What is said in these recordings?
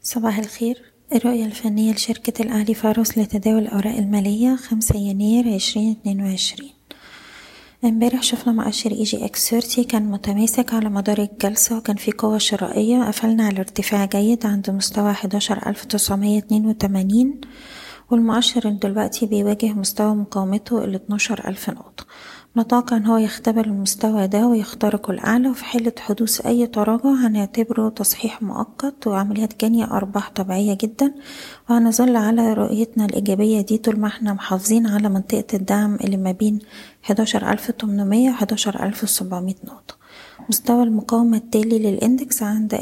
صباح الخير. الرؤية الفنية لشركة الأهلي فاروس لتداول الأوراق المالية 5 يناير 2022. امبارح شفنا مؤشر EGX30 كان متماسك على مدار الجلسة وكان في قوة شرائية. قفلنا على ارتفاع جيد عند مستوى 11982 والمؤشر دلوقتي بيواجه مستوى مقاومته 12000 نقطة. نتوقع ان هو يختبر المستوى ده ويخترق الأعلى، وفي حالة حدوث أي تراجع هنعتبره تصحيح مؤقت وعمليات جني أرباح طبيعية جدا، وهنظل على رؤيتنا الإيجابية دي طول ما احنا محافظين على منطقة الدعم اللي ما بين 11800 و 11700 نقطة. مستوى المقاومة التالي للإندكس عند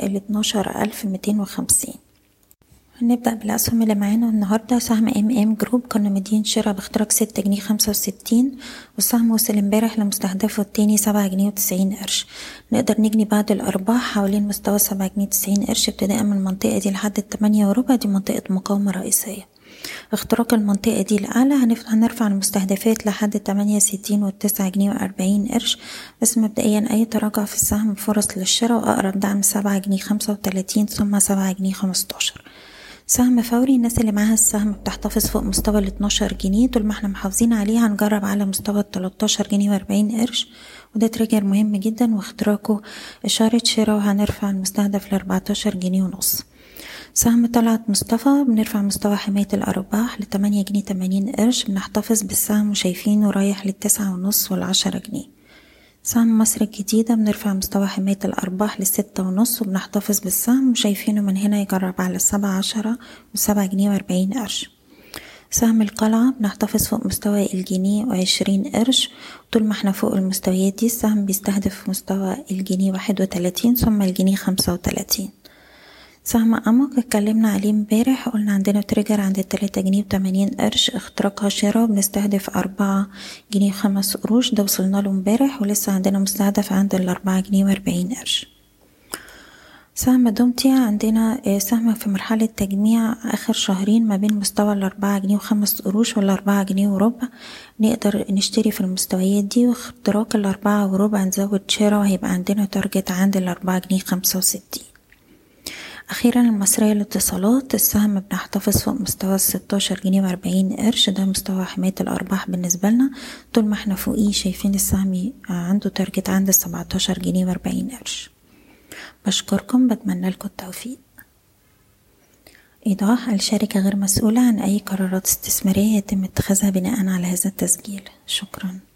12250. هنبدأ بالأسهم اللي معانا النهاردة. سهم MM جروب كنا مدين شراء باختراق 6 جنيه 65، والسهم وصل امبارح لمستهدفه التاني 7 جنيه و90 قرش. نقدر نجني بعض الأرباح حوالين مستوى 7 جنيه 90 قرش ابتداء من المنطقة دي لحد 8 وربع. دي منطقة مقاومة رئيسية. اختراق المنطقة دي الأعلى هنرفع المستهدفات لحد 68 و9 جنيه و40 قرش، بس مبدئيا أي تراجع في السهم فرص للشراء، وأقرب دعم 7 جنيه 35 ثم 7 جنيه 15. سهم فوري، الناس اللي معاها السهم بتحتفظ فوق مستوى 12 جنيه. طول ما احنا محافظين عليه هنجرب على مستوى 13 جنيه و40 قرش، وده تريجر مهم جدا واختراقه إشارة شراء، وهنرفع المستهدف 14 جنيه ونص. سهم طلعت مصطفى بنرفع مستوى حماية الأرباح 8 جنيه 80 قرش. بنحتفظ بالسهم وشايفينه رايح 9.5 و10 جنيه. سهم مصر الجديدة بنرفع مستوى حماية الأرباح 6.5 وبنحتفظ بالسهم وشايفينه من هنا يجرب على 7.10 و7 جنيه و40 قرش. سهم القلعة بنحتفظ فوق مستوى 1 جنيه و20 قرش. طول ما احنا فوق المستويات دي السهم بيستهدف مستوى 1 جنيه 31 ثم 1 جنيه 35. سهم أمك اتكلمنا عليه امبارح، قلنا عندنا تريجر عند 3 جنيه و80 قرش، اختراقها شراء، بنستهدف 4 جنيه 5 قروش. ده وصلنا له امبارح، ولسه عندنا مستهدف عند 4 جنيه و40 قرش. سهم دومتي عندنا سهم في مرحلة تجميع آخر شهرين ما بين مستوى 4 جنيه و5 قروش وال4 جنيه وربع. نقدر نشتري في المستويات دي، واختراق 4 وربع نزود شراء، وهيبقى عندنا تارجت عند 4 جنيه 65. أخيرا المصرية للاتصالات، السهم بنحتفظ فوق مستوى 16 جنيه و40 قرش. ده مستوى حماية الأرباح بالنسبة لنا. طول ما احنا فوقيه شايفين السهم عنده تارجت عند 17 جنيه و40 قرش. بشكركم، بتمنى لكم التوفيق. إيضاح: الشركة غير مسؤولة عن أي قرارات استثمارية يتم اتخاذها بناء على هذا التسجيل. شكرا.